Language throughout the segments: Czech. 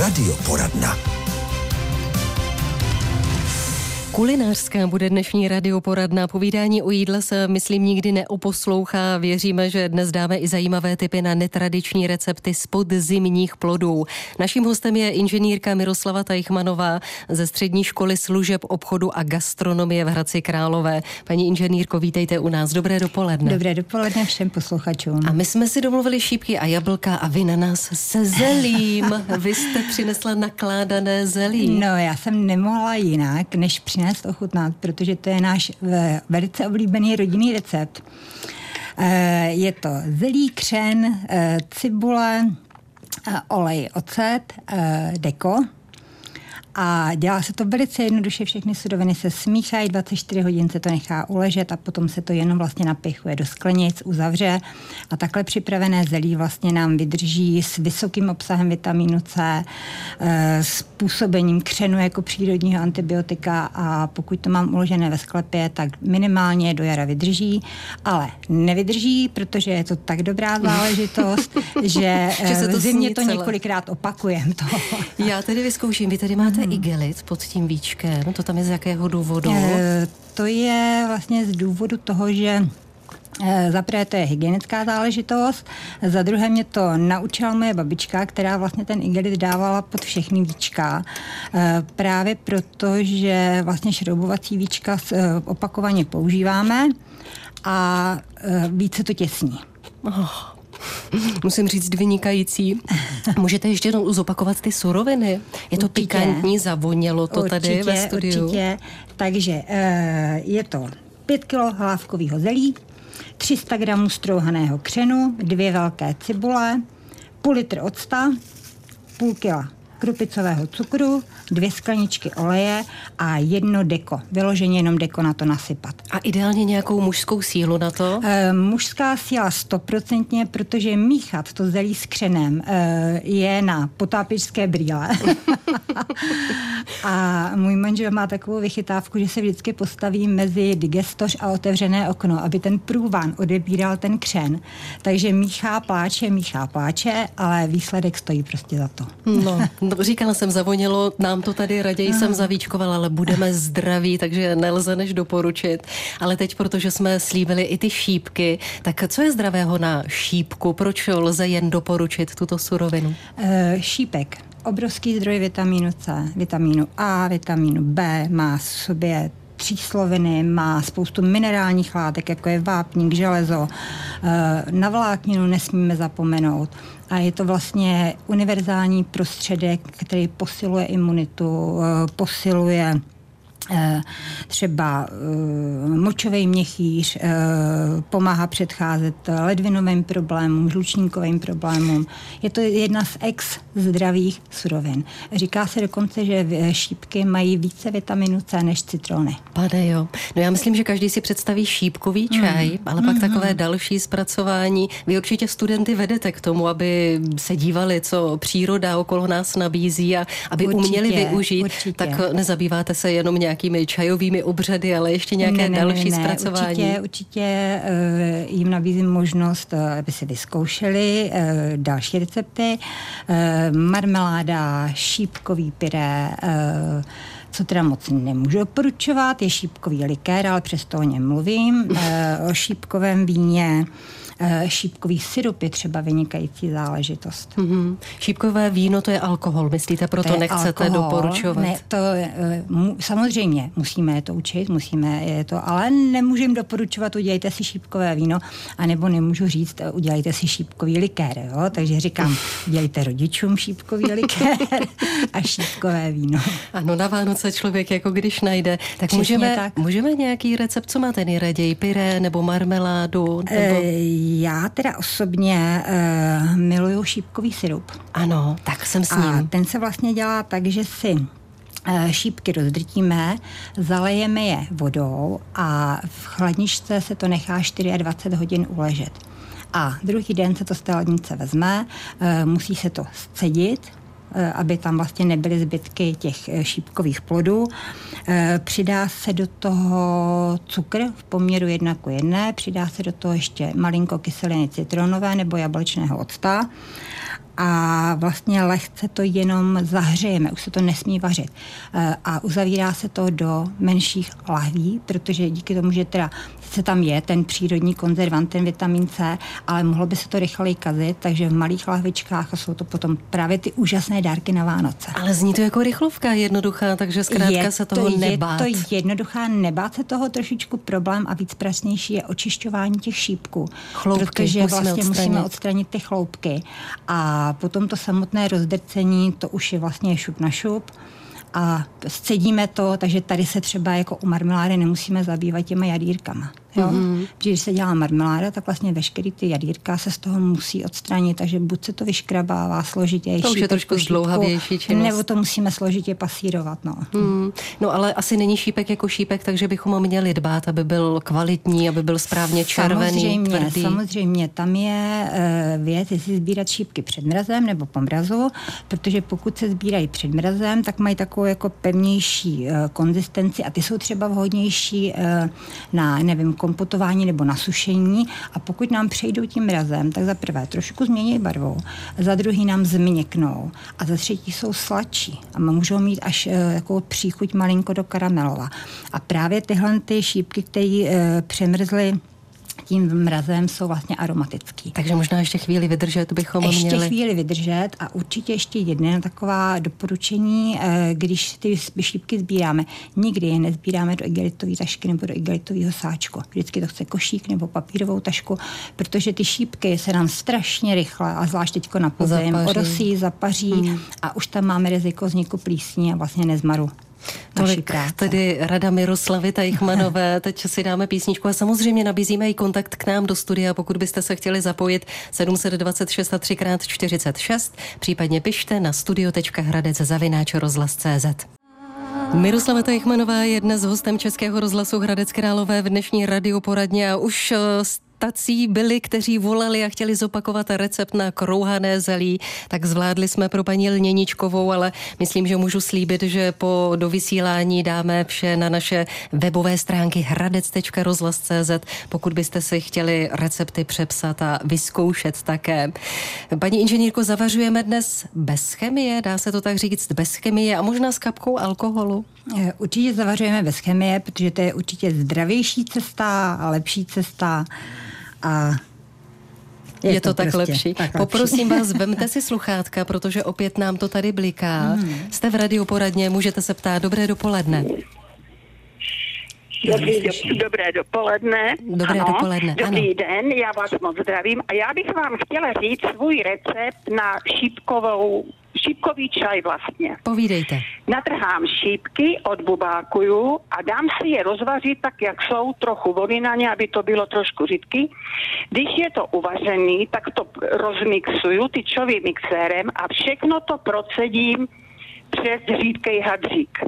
Radioporadna. Kulinářská bude dnešní radioporadna. Povídání o jídle se, myslím, nikdy neoposlouchá. Věříme, že dnes dáme i zajímavé tipy na netradiční recepty z podzimních plodů. Naším hostem je inženýrka Miroslava Teichmannová ze Střední školy služeb obchodu a gastronomie v Hradci Králové. Paní inženýrko, vítejte u nás. Dobré dopoledne. Dobré dopoledne všem posluchačům. A my jsme si domluvili šípky a jablka a vy na nás se zelím. Vy jste přinesla nakládané zelí. No, já jsem nemohla jinak, než přinést ochutnat, protože to je náš velice oblíbený rodinný recept. Je to zelí, křen, cibule, olej, ocet, deko. A dělá se to velice jednoduše, všechny suroviny se smíchají, 24 hodin se to nechá uležet a potom se to jenom vlastně napichuje do sklenic, uzavře a takhle připravené zelí vlastně nám vydrží s vysokým obsahem vitamínu C, s působením křenu jako přírodního antibiotika a pokud to mám uložené ve sklepě, tak minimálně do jara vydrží, ale nevydrží, protože je to tak dobrá záležitost, že v zimě to několikrát opakujem. Já tedy vyzkouším, vy tady máte igelit pod tím víčkem, no to tam je z jakého důvodu? To je vlastně z důvodu toho, že za prvé to je hygienická záležitost, za druhé mě to naučila moje babička, která vlastně ten igelit dávala pod všechny víčka. Právě proto, že vlastně šroubovací víčka opakovaně používáme a více to těsní. Musím říct vynikající. Můžete ještě jednou zopakovat ty suroviny? Je to pikantní, zavonělo to tady ve studiu. Určitě. Takže je to 5 kg hlávkového zelí, 300 gramů strouhaného křenu, 2 velké cibule, půl litr octa, půl kila krupicového cukru, 2 skleničky oleje a 1 deko. Vyloženě jenom deko na to nasypat. A ideálně nějakou mužskou sílu na to? Mužská síla 100%, protože míchat to zelí s křenem je na potápěčské brýle. A můj manžel má takovou vychytávku, že se vždycky postaví mezi digestoř a otevřené okno, aby ten průvan odebíral ten křen. Takže míchá, pláče, ale výsledek stojí prostě za to. No, říkala jsem, zavonělo, nám to tady raději jsem zavíčkovala, ale budeme zdraví, takže nelze než doporučit. Ale teď, protože jsme slíbili i ty šípky, tak co je zdravého na šípku? Proč lze jen doporučit tuto surovinu? Šípek. Obrovský zdroj vitamínu C, vitamínu A, vitamínu B, má v sobě třísloviny, má spoustu minerálních látek, jako je vápník, železo. Na vlákninu nesmíme zapomenout. A je to vlastně univerzální prostředek, který posiluje imunitu, posiluje třeba močový měchýř, pomáhá předcházet ledvinovým problémům, žlučníkovým problémům. Je to jedna z zdravých surovin. Říká se dokonce, že šípky mají více vitaminu C než citrony. Pane jo. No já myslím, že každý si představí šípkový čaj, ale pak takové další zpracování. Vy určitě studenty vedete k tomu, aby se dívali, co příroda okolo nás nabízí a aby uměli využít. Určitě. Tak nezabýváte se jenom nějakými čajovými obřady, ale ještě nějaké další zpracování. Určitě jim nabízím možnost, aby si vyzkoušeli další recepty. Marmeláda, šípkový pyré, co teda moc nemůžu doporučovat, je šípkový likér, ale přesto o něm mluvím. O šípkovém víně, šípkový syrup je třeba vynikající záležitost. Šípkové víno, to je alkohol, myslíte, proto nechcete alkohol doporučovat? Ne, to samozřejmě musíme to učit, ale nemůžeme doporučovat, udělejte si šípkové víno, anebo nemůžu říct, udělejte si šípkový likér, jo? Takže říkám, udělejte rodičům šípkový likér a šípkové víno. Ano, na Vánoce člověk jako když najde. Tak můžeme nějaký recept, co máte nejraději, pyré nebo marmeládu? Nebo... Já teda osobně miluju šípkový syrup. Ano, tak jsem s ním. A ten se vlastně dělá tak, že si šípky rozdrtíme, zalejeme je vodou a v chladničce se to nechá 24 hodin uležet. A druhý den se to z té lednice vezme, musí se to scedit, aby tam vlastně nebyly zbytky těch šípkových plodů. Přidá se do toho cukr v poměru 1:1, přidá se do toho ještě malinko kyseliny citronové nebo jablečného octa a vlastně lehce to jenom zahřejeme, už se to nesmí vařit. A uzavírá se to do menších lahví, protože díky tomu, že teda se tam je ten přírodní konzervant, ten vitamin C, ale mohlo by se to rychleji kazit, takže v malých lahvičkách a jsou to potom právě ty úžasné dárky na Vánoce. Ale zní to jako rychlovka, jednoduchá, takže zkrátka se toho nebát. Je to jednoduchá, nebát se toho, trošičku problém a víc pracnější je očišťování těch šípků. Chloupky protože vlastně musíme odstranit ty chloupky a potom to samotné rozdrcení, to už je vlastně šup na šup a scedíme to, takže tady se třeba jako u marmelády nemusíme zabývat těma jadýrkama. Jo? Když se dělá marmeláda, tak vlastně veškerý ty jadýrka se z toho musí odstranit, takže buď se to vyškrabává složitější. To už je trošku zdlouhavější činnost. Nebo to musíme složitě pasírovat. No ale asi není šípek jako šípek, takže bychom měli dbát, aby byl kvalitní, aby byl správně červený, tvrdý. Samozřejmě, tam je věc, jestli sbírat šípky před mrazem nebo po mrazu, protože pokud se sbírají před mrazem, tak mají takovou jako pevnější konzistenci a ty jsou třeba vhodnější na, nevím, kompotování nebo na sušení a pokud nám přejdou tím mrazem, tak za prvé trošku změní barvou, za druhý nám změknou a za třetí jsou sladší a můžou mít až takovou příchuť malinko do karamelova. A právě tyhle ty šípky, které přemrzly tím mrazem, jsou vlastně aromatický. Takže možná ještě chvíli vydržet bychom měli. Ještě chvíli vydržet a určitě ještě jedné taková doporučení, když ty šípky sbíráme. Nikdy je nezbíráme do igelitové tašky nebo do igelitového sáčku. Vždycky to chce košík nebo papírovou tašku, protože ty šípky se nám strašně rychle, a zvlášť teďko na podzim, orosí, zapaří a už tam máme riziko vzniku plísní a vlastně nezmaru. Tolik tedy rada Miroslavy Teichmannové. Teď si dáme písničku a samozřejmě nabízíme i kontakt k nám do studia, pokud byste se chtěli zapojit 726 a 3x46, případně pište na studio.hradec@rozhlas.cz. Miroslava Teichmannová je dnes hostem Českého rozhlasu Hradec Králové v dnešní radioporadně a už tací byli, kteří volali a chtěli zopakovat recept na krouhané zelí, tak zvládli jsme pro paní Lněničkovou, ale myslím, že můžu slíbit, že po dovysílání dáme vše na naše webové stránky hradec.rozhlas.cz, pokud byste si chtěli recepty přepsat a vyzkoušet také. Paní inženýrko, zavařujeme dnes bez chemie, dá se to tak říct, bez chemie a možná s kapkou alkoholu? Určitě zavařujeme bez chemie, protože to je určitě zdravější cesta a lepší cesta. A je to tak prostě lepší. Poprosím vás, vemte si sluchátka, protože opět nám to tady bliká. Jste v radioporadně, můžete se ptát. Dobré dopoledne. Dobré dopoledne. Dobré dopoledne. Dobrý den, já vás moc zdravím a já bych vám chtěla říct svůj recept na šípkový čaj vlastně. Povídejte. Natrhám šípky, odbubákuju a dám si je rozvařit tak, jak jsou, trochu vody na ně, aby to bylo trošku řidký. Když je to uvařený, tak to rozmixuju tyčovým mixérem a všechno to procedím přes řídkej hadřík.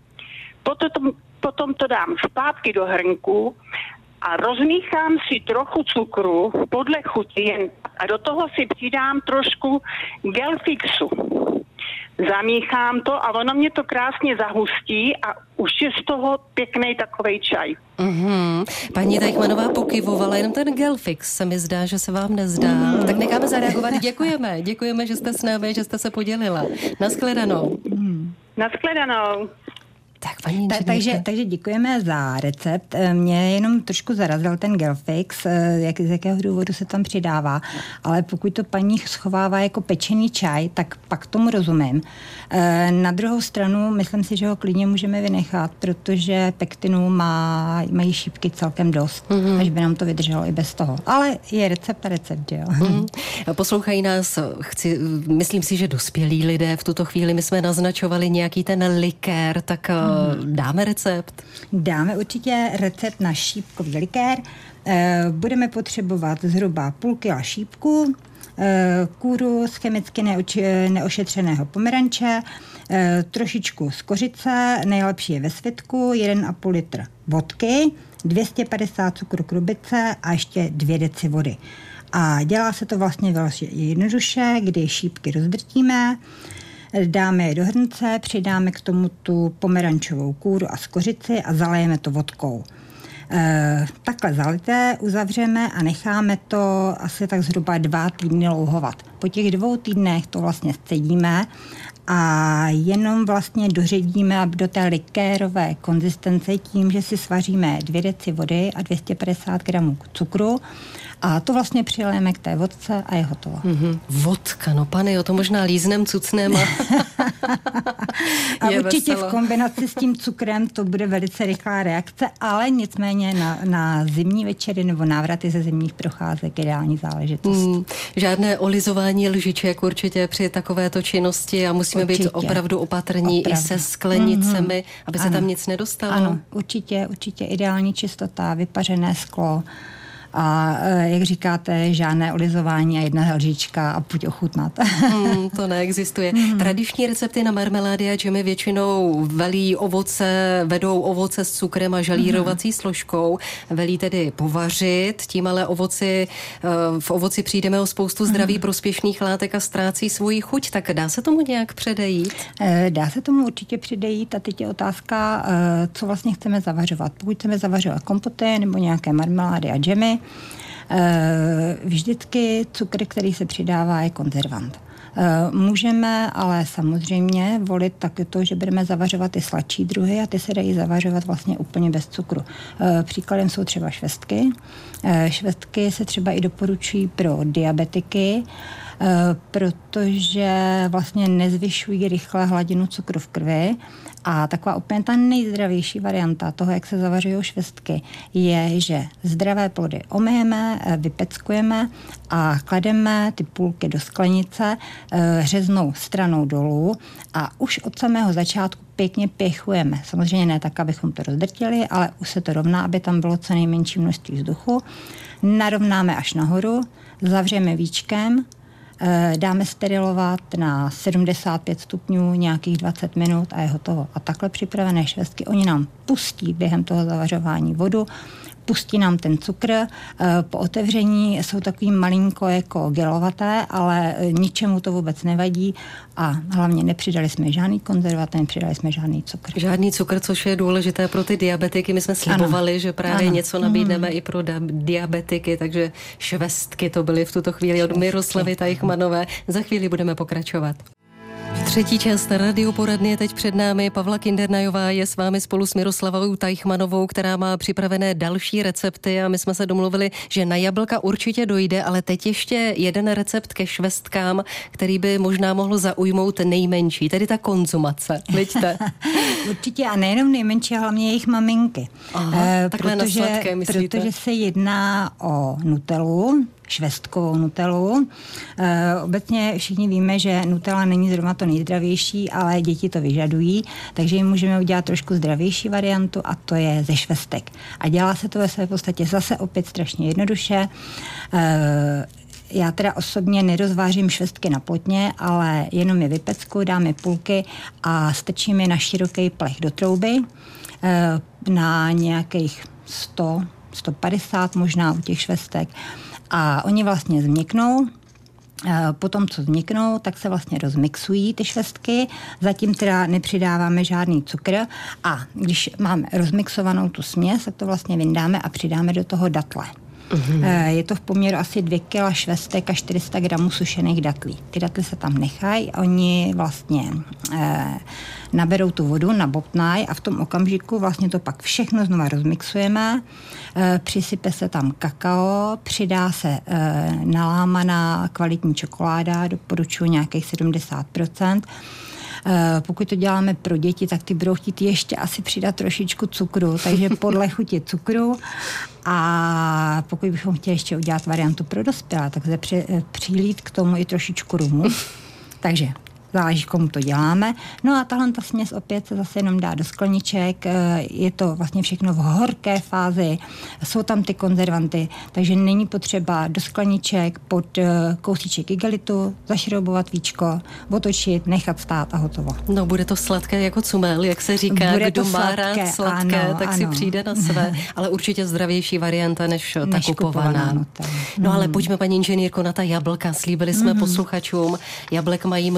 Potom to dám zpátky do hrnku a rozmíchám si trochu cukru podle chuti a do toho si přidám trošku gelfixu. Zamíchám to a ono mě to krásně zahustí a už je z toho pěkný takovej čaj. Paní Teichmannová pokyvovala, jenom ten gelfix se mi zdá, že se vám nezdá. Tak necháme zareagovat. Děkujeme, že jste s námi, že jste se podělila. Naschledanou. Naschledanou. Tak, paní takže děkujeme za recept. Mě jenom trošku zarazil ten gelfix, z jakého důvodu se tam přidává, ale pokud to paní schovává jako pečený čaj, tak pak tomu rozumím. Na druhou stranu, myslím si, že ho klidně můžeme vynechat, protože pektinu mají šípky celkem dost, až by nám to vydrželo i bez toho. Ale je recept, jo. Poslouchají nás, myslím si, že dospělí lidé v tuto chvíli, my jsme naznačovali nějaký ten likér, tak dáme recept? Dáme určitě recept na šípkový likér. Budeme potřebovat zhruba půl kila šípku, kůru z chemicky neošetřeného pomeranče, trošičku z kořice, nejlepší je ve světku, 1,5 litr vodky, 250 cukru krubice a ještě 2 deci vody. A dělá se to vlastně velmi jednoduše, kdy šípky rozdrtíme, dáme je do hrnce, přidáme k tomu tu pomerančovou kůru a skořici a zalejeme to vodkou. Takhle zalité uzavřeme a necháme to asi tak zhruba 2 týdny louhovat. Po těch 2 týdnech to vlastně scedíme a jenom vlastně doředíme do té likérové konzistence tím, že si svaříme 2 deci vody a 250 gramů cukru a to vlastně přilijeme k té vodce a je hotovo. Vodka, no pane, jo, to možná líznem, cucnem a určitě veselo. V kombinaci s tím cukrem to bude velice rychlá reakce, ale nicméně na zimní večery nebo návraty ze zimních procházek ideální záležitost. Žádné olizování lžiček určitě při takovéto činnosti a musíme být opravdu opatrní i se sklenicemi, aby se tam nic nedostalo. Ano, určitě ideální čistota, vypařené sklo. A jak říkáte, žádné olizování a 1 lžička a pojď ochutnat. To neexistuje. Tradiční recepty na marmelády a džemy většinou vedou ovoce s cukrem a žalírovací složkou. Velí tedy povařit, tím ale v ovoci přijdeme o spoustu zdraví prospěšných látek a ztrácí svoji chuť. Tak dá se tomu nějak předejít? Dá se tomu určitě předejít a teď je otázka, co vlastně chceme zavařovat. Pokud chceme zavařovat kompoty nebo nějaké marmelády a džemy, vždycky cukr, který se přidává, je konzervant. Můžeme ale samozřejmě volit taky to, že budeme zavařovat i sladší druhy a ty se dají zavařovat vlastně úplně bez cukru. Příkladem jsou třeba švestky. Švestky se třeba i doporučují pro diabetiky, protože vlastně nezvyšují rychle hladinu cukru v krvi. A taková úplně ta nejzdravější varianta toho, jak se zavařují švestky, je, že zdravé plody omyjeme, vypeckujeme a klademe ty půlky do sklenice řeznou stranou dolů a už od samého začátku pěkně pěchujeme. Samozřejmě ne tak, abychom to rozdrtili, ale už se to rovná, aby tam bylo co nejmenší množství vzduchu. Narovnáme až nahoru, zavřeme víčkem, dáme sterilovat na 75 stupňů nějakých 20 minut a je hotovo. A takhle připravené švestky, oni nám pustí během toho zavařování vodu, pustí nám ten cukr, po otevření jsou takový malinko jako gelovaté, ale ničemu to vůbec nevadí a hlavně nepřidali jsme žádný konzervat, nepřidali jsme žádný cukr. Žádný cukr, což je důležité pro ty diabetiky. My jsme slibovali, že právě něco nabídneme i pro diabetiky, takže švestky to byly v tuto chvíli od Miroslavy Teichmannové. Za chvíli budeme pokračovat. Třetí část radioporadny je teď před námi. Pavla Kindernajová je s vámi spolu s Miroslavou Teichmannovou, která má připravené další recepty a my jsme se domluvili, že na jablka určitě dojde, ale teď ještě jeden recept ke švestkám, který by možná mohl zaujmout nejmenší, tedy ta konzumace. Viďte? Určitě a nejenom nejmenší, ale hlavně jejich maminky. Takhle na sladké, myslíte? Protože se jedná o nutellu, švestkovou nutellu. Obecně všichni víme, že nutella není zrovna to nejzdravější, ale děti to vyžadují, takže jim můžeme udělat trošku zdravější variantu a to je ze švestek. A dělá se to ve své podstatě zase opět strašně jednoduše. Já teda osobně nerozvážím švestky na plotně, ale jenom je vypecku, dáme půlky a strčím je na široký plech do trouby na nějakých 150 možná u těch švestek. A oni vlastně změknou. Potom, co změknou, tak se vlastně rozmixují ty švestky. Zatím teda nepřidáváme žádný cukr. A když máme rozmixovanou tu směs, tak to vlastně vyndáme a přidáme do toho datle. Je to v poměru asi 2 kg švestek a 400 gramů sušených datlí. Ty datle se tam nechají, oni vlastně naberou tu vodu, nabobtnají a v tom okamžiku vlastně to pak všechno znova rozmixujeme. Přisype se tam kakao, přidá se nalámaná kvalitní čokoláda, doporučuji nějakých 70%. Pokud to děláme pro děti, tak ty budou chtít ještě asi přidat trošičku cukru, takže podle chuti cukru. A pokud bychom chtěli ještě udělat variantu pro dospělé, tak se přilít k tomu i trošičku rumu. Takže záleží, komu to děláme. No a tahle ta směs opět se zase jenom dá do skleniček. Je to vlastně všechno v horké fázi. Jsou tam ty konzervanty, takže není potřeba do skleniček pod kousíček igelitu, zašroubovat víčko, otočit, nechat stát a hotovo. No, bude to sladké jako cumel, jak se říká. Bude kdo má rád sladké, ano, tak si přijde na své. Ale určitě zdravější varianta než ta kupovaná. No ale pojďme, paní inženýrko, na ta jablka. Slíbili jsme posluchačům. Jablek mají mnozí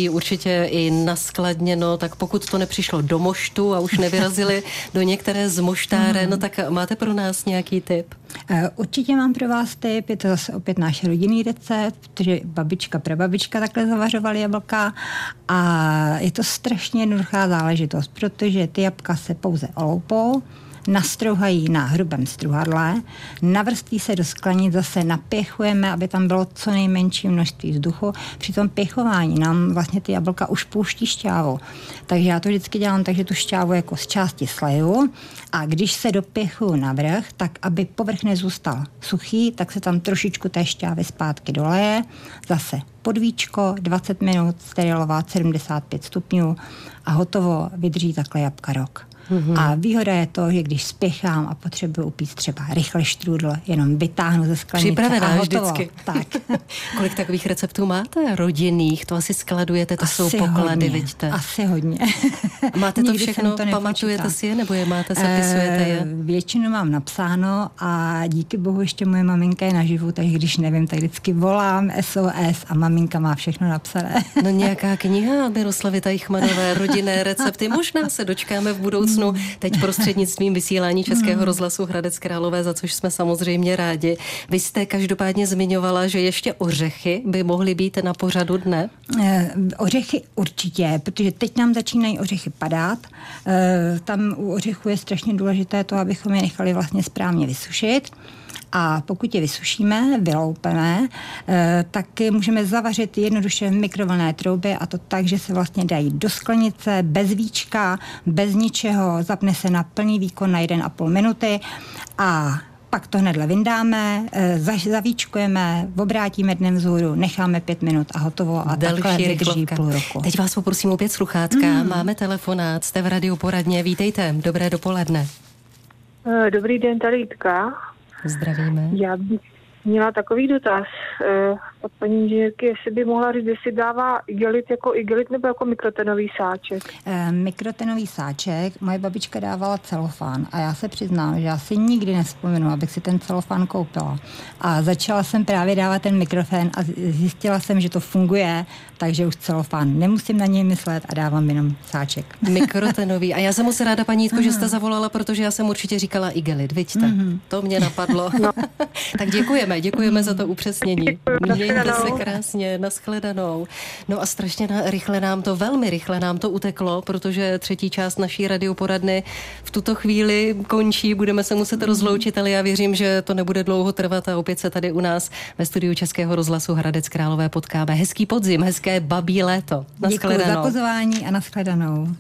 mají určitě i naskladněno, tak pokud to nepřišlo do moštu a už nevyrazili do některé z moštáren, tak máte pro nás nějaký tip? Určitě mám pro vás tip, je to zase opět náš rodinný recept, protože babička, prababička takhle zavařovaly jablka a je to strašně jednoduchá záležitost, protože ty jablka se pouze oloupou, nastrouhají na hrubém struhadle, navrství se do sklenic, zase napěchujeme, aby tam bylo co nejmenší množství vzduchu. Při tom pěchování nám vlastně ty jablka už pouští šťávu. Takže já to vždycky dělám tak, že tu šťávu jako z části sleju a když se dopěchuju na vrch, tak aby povrch nezůstal suchý, tak se tam trošičku té šťávy zpátky doleje. Zase podvíčko, 20 minut, sterilovat 75 stupňů a hotovo, vydrží takhle jablka rok. A výhoda je to, že když spěchám a potřebuji upít třeba rychle štrůdl, jenom vytáhnu ze sklenice připravená a hotovo. Vždycky. Tak. Kolik takových receptů máte rodinných? To asi skladujete, to jsou poklady, vidíte. Asi hodně. Máte to všechno, pamatujete si je, nebo je máte, zapisujete je? Většinu mám napsáno a díky bohu ještě moje maminka je naživu, takže když nevím, tak vždycky volám SOS a maminka má všechno napsané. No nějaká kniha Miroslavy Teichmannové, rodinné recepty, možná se dočkáme v budoucnu. Teď prostřednictvím vysílání Českého rozhlasu Hradec Králové, za což jsme samozřejmě rádi. Vy jste každopádně zmiňovala, že ještě ořechy by mohly být na pořadu dne? Ořechy určitě, protože teď nám začínají ořechy padat. Tam u ořechu je strašně důležité to, abychom je nechali vlastně správně vysušit. A pokud je vysušíme, vyloupeme, tak je můžeme zavařit jednoduše v mikrovlnné troubě a to tak, že se vlastně dají do sklenice, bez víčka, bez ničeho, zapne se na plný výkon na 1,5 minuty a pak to hnedle vyndáme, zavíčkujeme, obrátíme dnem vzhůru, necháme 5 minut a hotovo a takhle vydrží půl roku. Teď vás poprosím opět sluchátka, máme telefonát, jste v radioporadně, vítejte, dobré dopoledne. Dobrý den, tady Jitka. Zdravíme. Já bych měla takový dotaz od paní inženýrky, jestli by mohla říct, jestli dává igelit jako igelit nebo jako mikrotenový sáček. Mikrotenový sáček, moje babička dávala celofán a já se přiznám, že já si nikdy nevzpomenu, abych si ten celofán koupila. A začala jsem právě dávat ten mikrofon a zjistila jsem, že to funguje, takže už celofán nemusím na něj myslet a dávám jenom sáček. Mikrotenový. A já jsem moc ráda, paní Jitko, že jste zavolala, protože já jsem určitě říkala igelit, vidíte? To mě napadlo. No. Tak děkujeme za to upřesnění. Mějte se krásně, nashledanou. No a strašně velmi rychle nám to uteklo, protože třetí část naší radioporadny v tuto chvíli končí, budeme se muset rozloučit, ale já věřím, že to nebude dlouho trvat a opět se tady u nás ve studiu Českého rozhlasu Hradec Králové potkáme. Hezký podzim, hezké babí léto. Děkuji za pozvání a nashledanou.